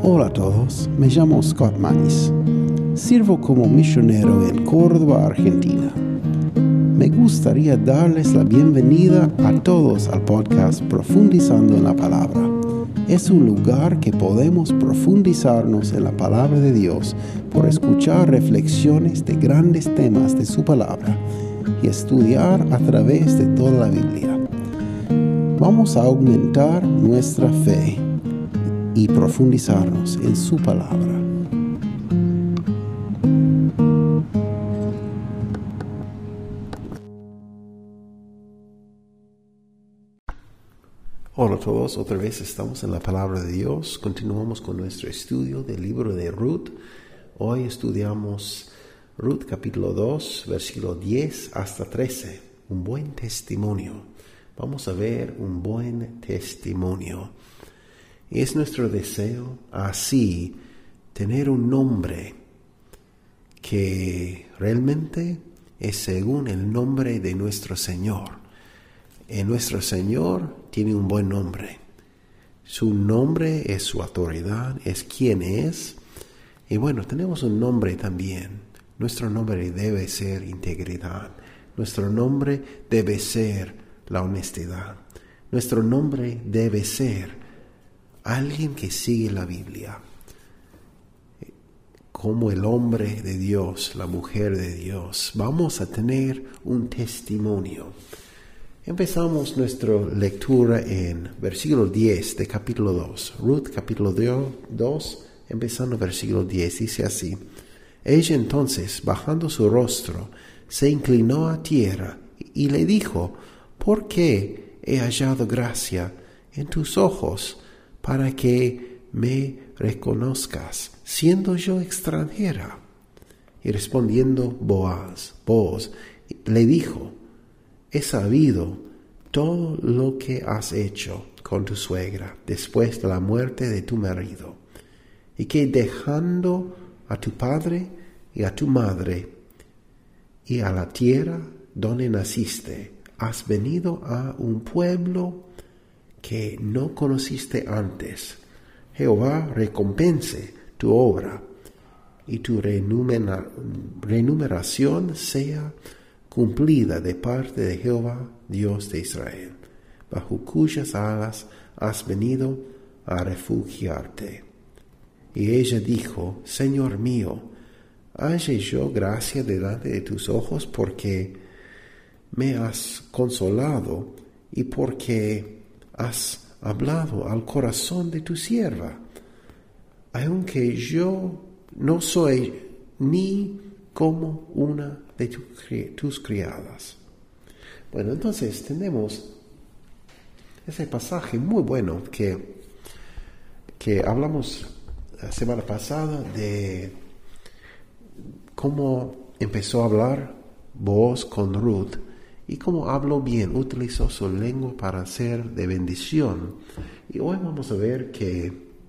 Hola a todos, me llamo Scott Mais. Sirvo como misionero en Córdoba, Argentina. Me gustaría darles la bienvenida a todos al podcast Profundizando en la Palabra. Es un lugar que podemos profundizarnos en la Palabra de Dios por escuchar reflexiones de grandes temas de su Palabra y estudiar a través de toda la Biblia. Vamos a aumentar nuestra fe y profundizarnos en su Palabra. Hola a todos, otra vez estamos en la Palabra de Dios. Continuamos con nuestro estudio del libro de Ruth. Hoy estudiamos Ruth capítulo 2, versículo 10 hasta 13. Un buen testimonio. Vamos a ver un buen testimonio. Es nuestro deseo así tener un nombre que realmente es según el nombre de nuestro Señor. Nuestro Señor tiene un buen nombre. Su nombre es su autoridad, es quien es. Y bueno, tenemos un nombre también. Nuestro nombre debe ser integridad. Nuestro nombre debe ser la honestidad. Nuestro nombre debe ser alguien que sigue la Biblia. Como el hombre de Dios, la mujer de Dios, vamos a tener un testimonio. Empezamos nuestra lectura en versículo 10 de capítulo 2. Ruth capítulo 2, empezando versículo 10, dice así. Ella entonces, bajando su rostro, se inclinó a tierra y le dijo, ¿por qué he hallado gracia en tus ojos para que me reconozcas, siendo yo extranjera? Y respondiendo Boaz le dijo, he sabido todo lo que has hecho con tu suegra después de la muerte de tu marido, y que dejando a tu padre y a tu madre y a la tierra donde naciste, has venido a un pueblo que no conociste antes. Jehová recompense tu obra y tu remuneración sea cumplida de parte de Jehová, Dios de Israel, bajo cuyas alas has venido a refugiarte. Y ella dijo, Señor mío, halle yo gracia delante de tus ojos porque me has consolado y porque has hablado al corazón de tu sierva, aunque yo no soy ni como una de tus criadas. Bueno, entonces tenemos ese pasaje muy bueno que hablamos la semana pasada de cómo empezó a hablar Boaz con Ruth y cómo habló bien, utilizó su lengua para ser de bendición. Y hoy vamos a ver que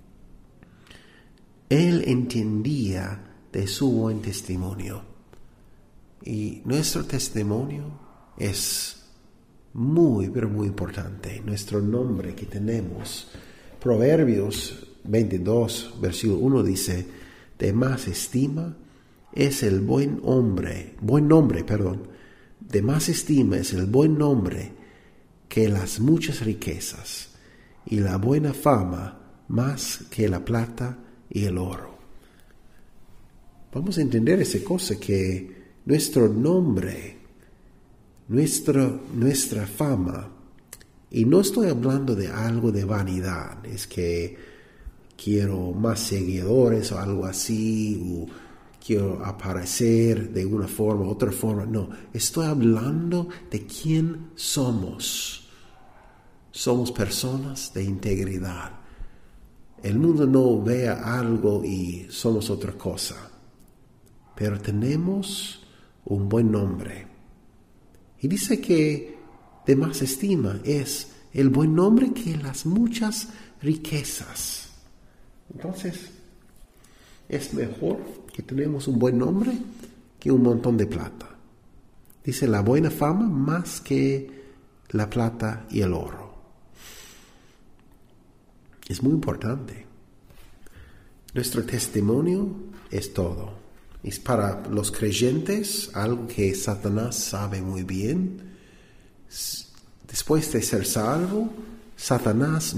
él entendía de su buen testimonio. Y nuestro testimonio es muy, pero muy importante. Nuestro nombre que tenemos. Proverbios 22, versículo 1 dice, de más estima es el de más estima es el buen nombre que las muchas riquezas, y la buena fama más que la plata y el oro. Vamos a entender esa cosa que nuestro nombre, nuestra fama, y no estoy hablando de algo de vanidad, es que quiero más seguidores o algo así, o quiero aparecer de una forma u otra forma. No, estoy hablando de quién somos. Somos personas de integridad. El mundo no vea algo y somos otra cosa. Pero tenemos un buen nombre. Y dice que de más estima es el buen nombre que las muchas riquezas. Entonces, es mejor que tenemos un buen nombre que un montón de plata. Dice la buena fama más que la plata y el oro. Es muy importante. Nuestro testimonio es todo. Es para los creyentes algo que Satanás sabe muy bien. Después de ser salvo, Satanás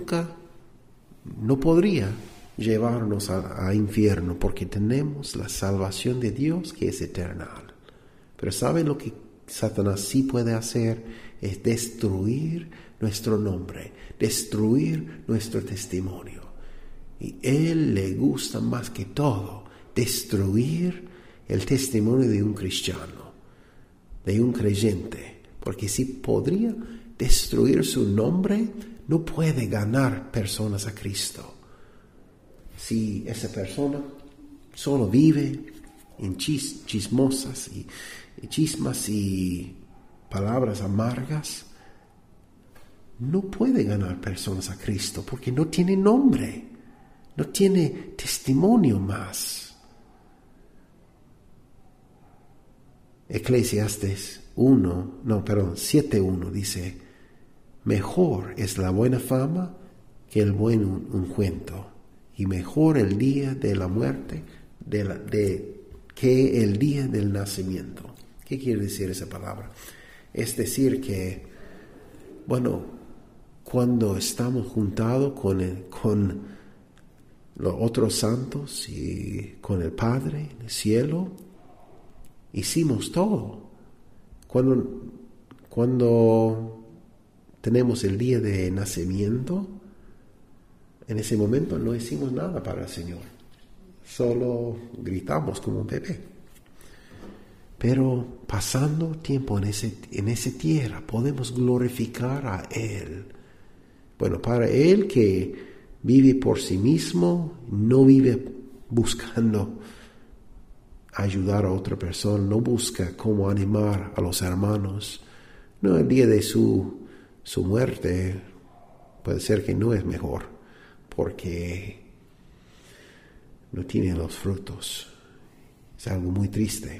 no podría llevarnos a infierno porque tenemos la salvación de Dios que es eterna. Pero ¿sabe lo que Satanás sí puede hacer? Es destruir nuestro nombre, destruir nuestro testimonio. Y él le gusta más que todo destruir el testimonio de un cristiano, de un creyente, porque si podría destruir su nombre, no puede ganar personas a Cristo. Si esa persona solo vive en chismosas y chismas y palabras amargas, no puede ganar personas a Cristo porque no tiene nombre, no tiene testimonio más. Eclesiastes 7:1 dice: mejor es la buena fama que el buen ungüento, y mejor el día de la muerte que el día del nacimiento. ¿Qué quiere decir esa palabra? Es decir que, cuando estamos juntados con los otros santos y con el Padre en el cielo, hicimos todo. Cuando tenemos el día de nacimiento, en ese momento no hicimos nada para el Señor. Solo gritamos como un bebé. Pero pasando tiempo en esa tierra, podemos glorificar a Él. Para Él que vive por sí mismo, no vive buscando ayudar a otra persona, no busca cómo animar a los hermanos. No, el día de su muerte puede ser que no es mejor, porque no tiene los frutos. Es algo muy triste.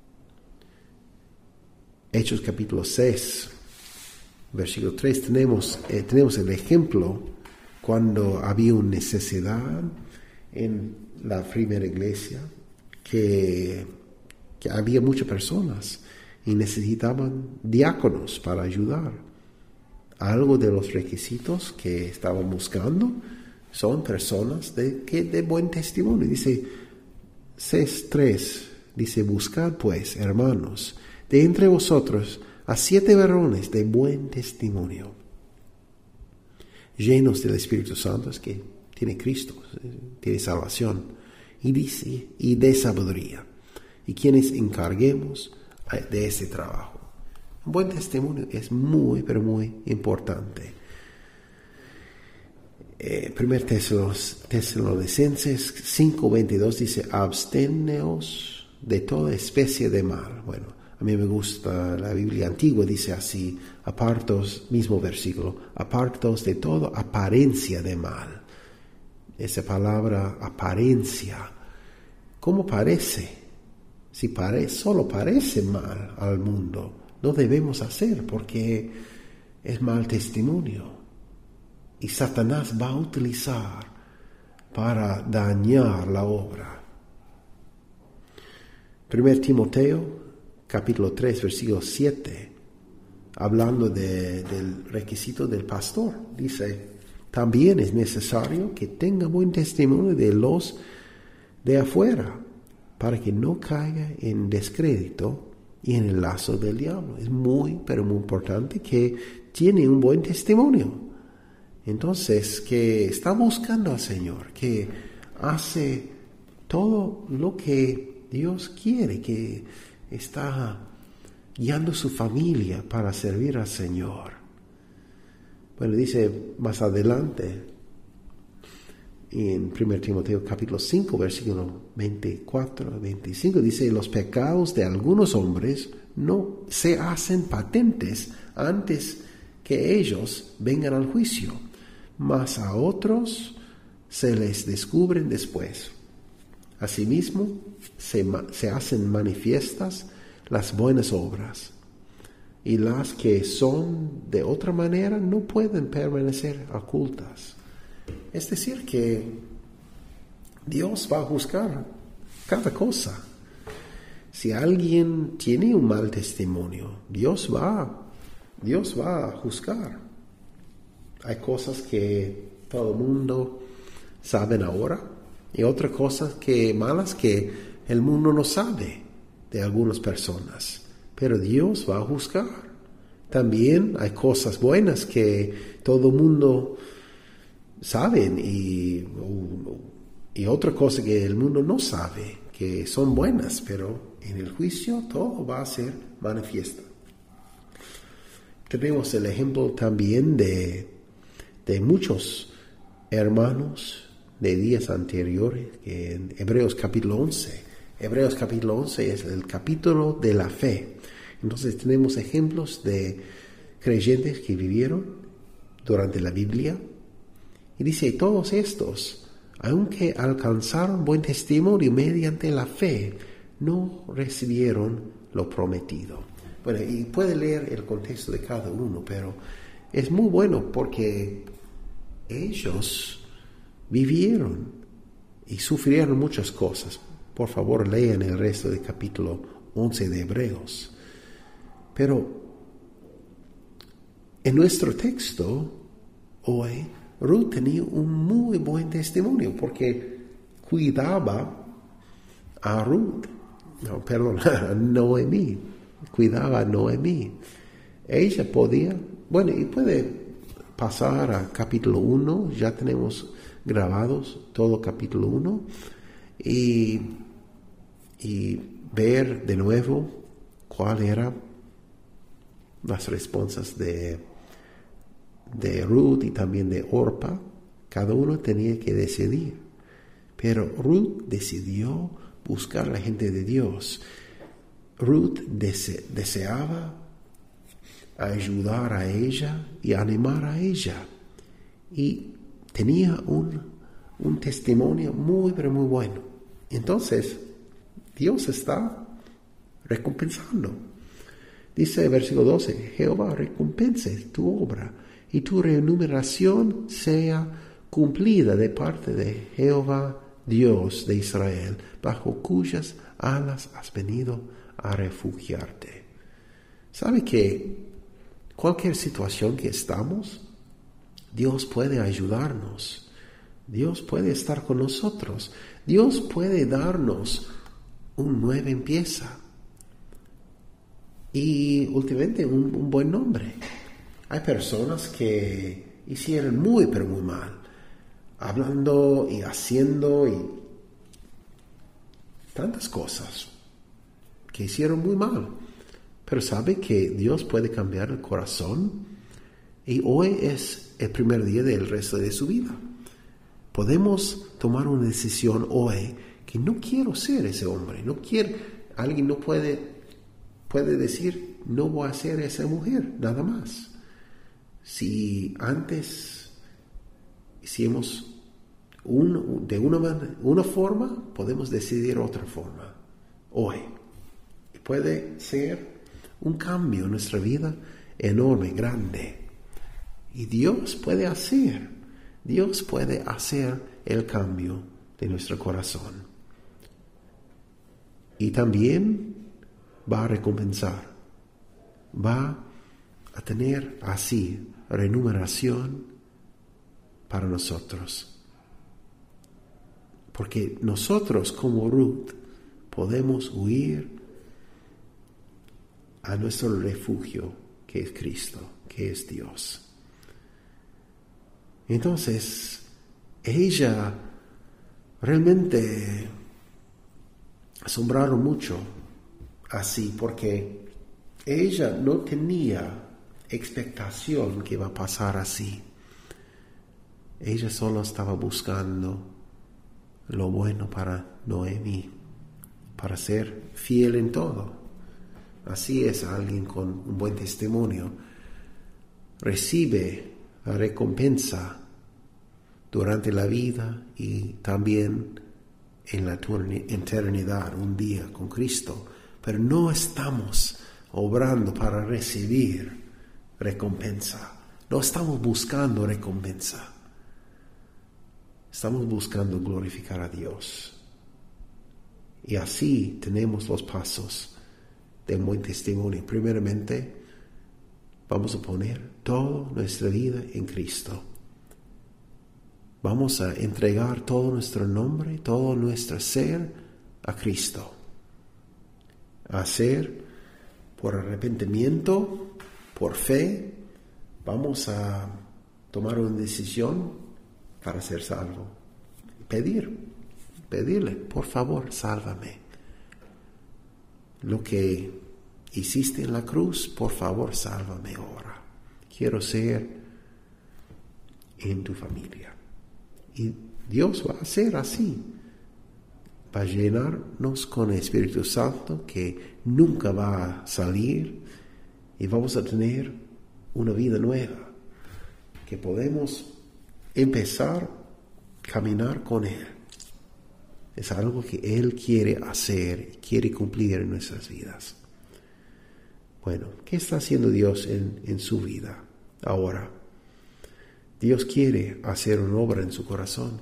Hechos capítulo 6, versículo 3, tenemos el ejemplo cuando había una necesidad en la primera iglesia, que había muchas personas y necesitaban diáconos para ayudar. Algo de los requisitos que estaban buscando son personas de buen testimonio. Dice 6:3, dice: buscad pues, hermanos, de entre vosotros a 7 varones de buen testimonio, llenos del Espíritu Santo, es que tiene Cristo, tiene salvación, y dice, y de sabiduría, y quienes encarguemos de ese trabajo. Un buen testimonio es muy, pero muy importante. 1 Tesalonicenses 5:22 dice: absteneos de toda especie de mal. A mí me gusta la Biblia antigua, dice así: apartos, mismo versículo, apartos de toda apariencia de mal. Esa palabra apariencia, ¿cómo parece? Si solo parece mal al mundo, no debemos hacer porque es mal testimonio. Y Satanás va a utilizar para dañar la obra. 1 Timoteo capítulo 3, versículo 7, hablando del requisito del pastor, dice: también es necesario que tenga buen testimonio de los de afuera, para que no caiga en descrédito y en el lazo del diablo. Es muy, pero muy importante que tiene un buen testimonio. Entonces, que está buscando al Señor, que hace todo lo que Dios quiere, que está guiando su familia para servir al Señor. Dice más adelante en 1 Timoteo capítulo 5, versículo 24 a 25, dice: los pecados de algunos hombres no se hacen patentes antes que ellos vengan al juicio, mas a otros se les descubren después. Asimismo, se hacen manifiestas las buenas obras, y las que son de otra manera no pueden permanecer ocultas. Es decir, que Dios va a juzgar cada cosa. Si alguien tiene un mal testimonio, Dios va a juzgar. Hay cosas que todo el mundo sabe ahora y otras cosas malas que el mundo no sabe de algunas personas. Pero Dios va a juzgar. También hay cosas buenas que todo el mundo sabe y otra cosa que el mundo no sabe, que son buenas, pero en el juicio todo va a ser manifiesto. Tenemos el ejemplo también de muchos hermanos de días anteriores, que en Hebreos capítulo 11. Hebreos capítulo 11 es el capítulo de la fe. Entonces tenemos ejemplos de creyentes que vivieron durante la Biblia. Y dice, todos estos, aunque alcanzaron buen testimonio mediante la fe, no recibieron lo prometido. Bueno, y puede leer el contexto de cada uno, pero es muy bueno porque ellos vivieron y sufrieron muchas cosas. Por favor, lean el resto del capítulo 11 de Hebreos. Pero en nuestro texto hoy, Ruth tenía un muy buen testimonio porque cuidaba a Ruth. A Noemí. Cuidaba a Noemí. Ella podía, y puede pasar a capítulo 1, ya tenemos grabados todo capítulo 1, y ver de nuevo cuál eran las respuestas de Ruth y también de Orpa. Cada uno tenía que decidir. Pero Ruth decidió buscar a la gente de Dios. Ruth deseaba ayudar a ella y animar a ella. Y tenía un testimonio muy, pero muy bueno. Entonces, Dios está recompensando. Dice el versículo 12, Jehová recompense tu obra y tu remuneración sea cumplida de parte de Jehová, Dios de Israel, bajo cuyas alas has venido a refugiarte. ¿Sabe que cualquier situación que estamos, Dios puede ayudarnos? Dios puede estar con nosotros. Dios puede darnos un nuevo empieza. Y últimamente un buen nombre. Hay personas que hicieron muy, pero muy mal. Hablando y haciendo y tantas cosas que hicieron muy mal. Pero sabe que Dios puede cambiar el corazón. Y hoy es el primer día del resto de su vida. Podemos tomar una decisión hoy que no quiero ser ese hombre. Alguien no puede decir, no voy a ser esa mujer, nada más. Si antes hicimos de una forma, podemos decidir otra forma hoy. Y puede ser un cambio en nuestra vida enorme, grande. Y Dios puede hacer el cambio de nuestro corazón. Y también va a recompensar, va a tener así remuneración para nosotros. Porque nosotros como Ruth podemos huir a nuestro refugio, que es Cristo, que es Dios. Entonces, ella realmente asombraron mucho así, porque ella no tenía expectación que iba a pasar así. Ella solo estaba buscando lo bueno para Noemí, para ser fiel en todo. Así es alguien con un buen testimonio. Recibe la recompensa durante la vida y también en la eternidad, un día con Cristo. Pero no estamos obrando para recibir recompensa. No estamos buscando recompensa. Estamos buscando glorificar a Dios. Y así tenemos los pasos de un buen testimonio. Primeramente, vamos a poner toda nuestra vida en Cristo. Vamos a entregar todo nuestro nombre, todo nuestro ser a Cristo. Hacer por arrepentimiento, por fe, vamos a tomar una decisión para ser salvo. Pedirle, por favor, sálvame. Lo que hiciste en la cruz, por favor, sálvame ahora. Quiero ser en tu familia. Y Dios va a hacer así. Va a llenarnos con el Espíritu Santo que nunca va a salir y vamos a tener una vida nueva, que podemos empezar a caminar con Él. Es algo que Él quiere hacer, quiere cumplir en nuestras vidas. Bueno, ¿qué está haciendo Dios en su vida ahora? Dios quiere hacer una obra en su corazón.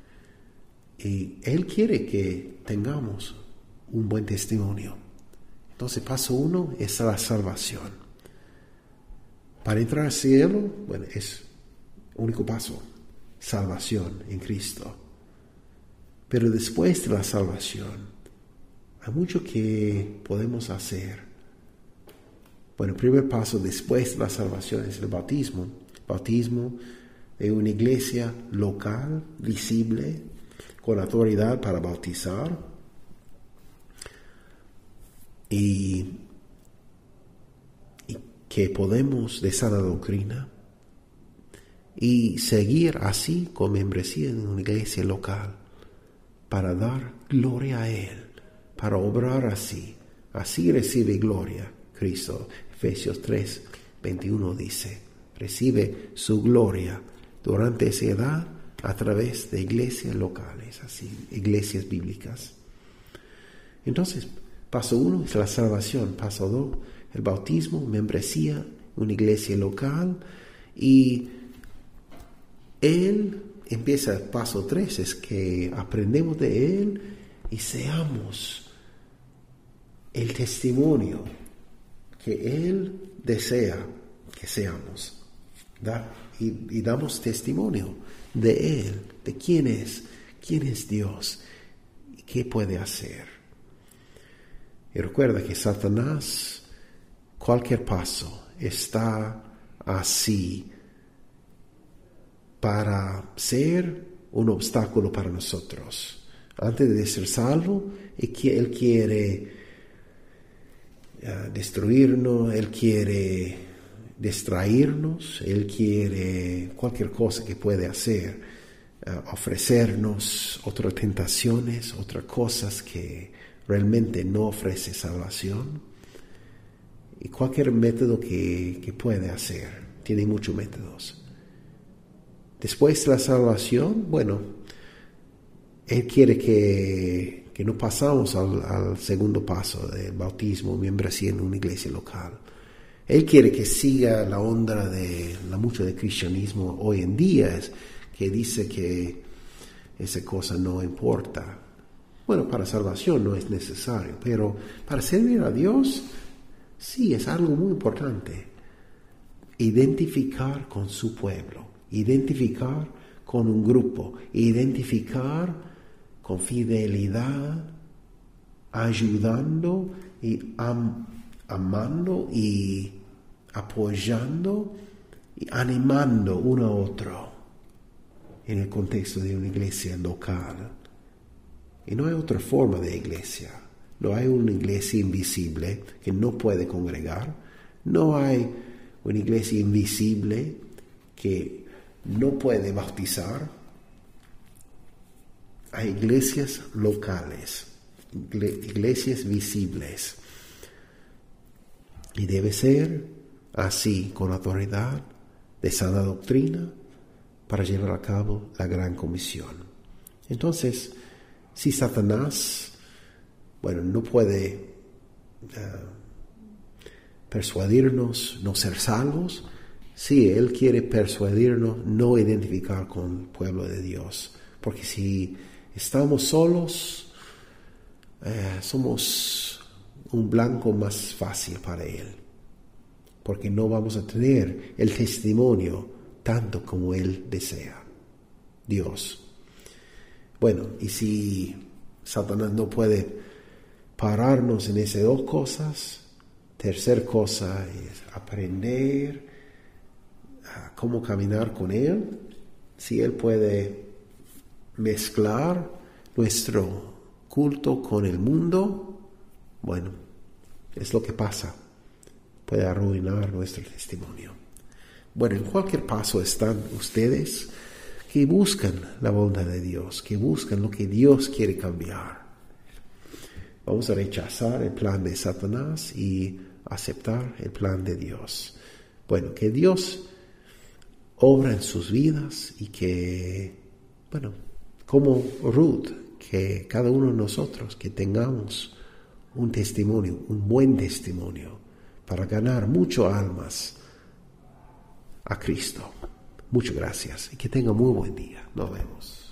Y Él quiere que tengamos un buen testimonio. Entonces, paso 1 es la salvación. Para entrar al cielo, bueno, es el único paso, salvación en Cristo. Pero después de la salvación, hay mucho que podemos hacer. Bueno, el primer paso después de la salvación es el bautismo. Bautismo de una iglesia local, visible, con autoridad para bautizar. Y que podemos de sana doctrina y seguir así con membresía en una iglesia local para dar gloria a Él, para obrar así. Así recibe gloria Cristo. Efesios 3:21 dice, recibe su gloria durante esa edad a través de iglesias locales, así, iglesias bíblicas. Entonces, paso 1 es la salvación. Paso 2, el bautismo, membresía, una iglesia local. Y Él empieza, paso 3, es que aprendemos de Él y seamos el testimonio que Él desea que seamos. Y damos testimonio de Él, de quién es Dios y qué puede hacer. Y recuerda que Satanás, cualquier paso, está así para ser un obstáculo para nosotros. Antes de ser salvo, Él quiere destruirnos, Él quiere distraernos, Él quiere cualquier cosa que puede hacer, ofrecernos otras tentaciones, otras cosas que realmente no ofrece salvación. Y cualquier método que puede hacer, tiene muchos métodos. Después de la salvación, bueno, Él quiere que no pasamos al segundo paso del bautismo, membresía en una iglesia local. Él quiere que siga la onda de mucho del cristianismo hoy en día, que dice que esa cosa no importa. Bueno, para salvación no es necesario, pero para servir a Dios, sí, es algo muy importante. Identificar con su pueblo, identificar con un grupo, identificar con fidelidad, ayudando y amando y apoyando y animando uno a otro en el contexto de una iglesia local. Y no hay otra forma de iglesia. No hay una iglesia invisible que no puede congregar. No hay una iglesia invisible que no puede bautizar. Hay iglesias locales, iglesias visibles. Y debe ser así, con autoridad de sana doctrina, para llevar a cabo la gran comisión. Entonces, si Satanás, no puede persuadirnos no ser salvos, sí, él quiere persuadirnos no identificar con el pueblo de Dios, Porque si estamos solos, somos un blanco más fácil para Él. Porque no vamos a tener el testimonio tanto como Él desea. Dios. Bueno, y si Satanás no puede pararnos en esas dos cosas, tercera cosa es aprender a cómo caminar con Él. Si Él puede mezclar nuestro culto con el mundo, bueno, es lo que pasa. Puede arruinar nuestro testimonio. Bueno, en cualquier paso están ustedes que buscan la bondad de Dios, que buscan lo que Dios quiere cambiar. Vamos a rechazar el plan de Satanás y aceptar el plan de Dios. Bueno, que Dios obra en sus vidas y que, bueno, como Ruth, que cada uno de nosotros que tengamos un testimonio, un buen testimonio, para ganar muchas almas a Cristo. Muchas gracias y que tenga muy buen día. Nos vemos.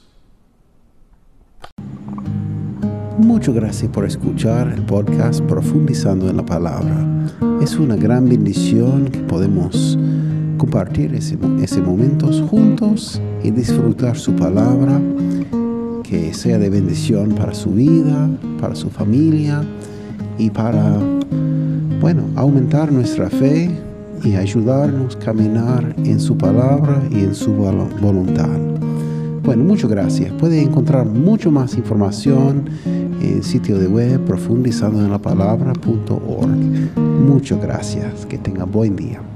Muchas gracias por escuchar el podcast Profundizando en la Palabra. Es una gran bendición que podemos compartir ese momentos juntos y disfrutar su palabra, que sea de bendición para su vida, para su familia y para, bueno, aumentar nuestra fe y ayudarnos a caminar en su palabra y en su voluntad. Bueno, muchas gracias. Puede encontrar mucho más información en el sitio de web profundizandoenlapalabra.org. Muchas gracias. Que tenga buen día.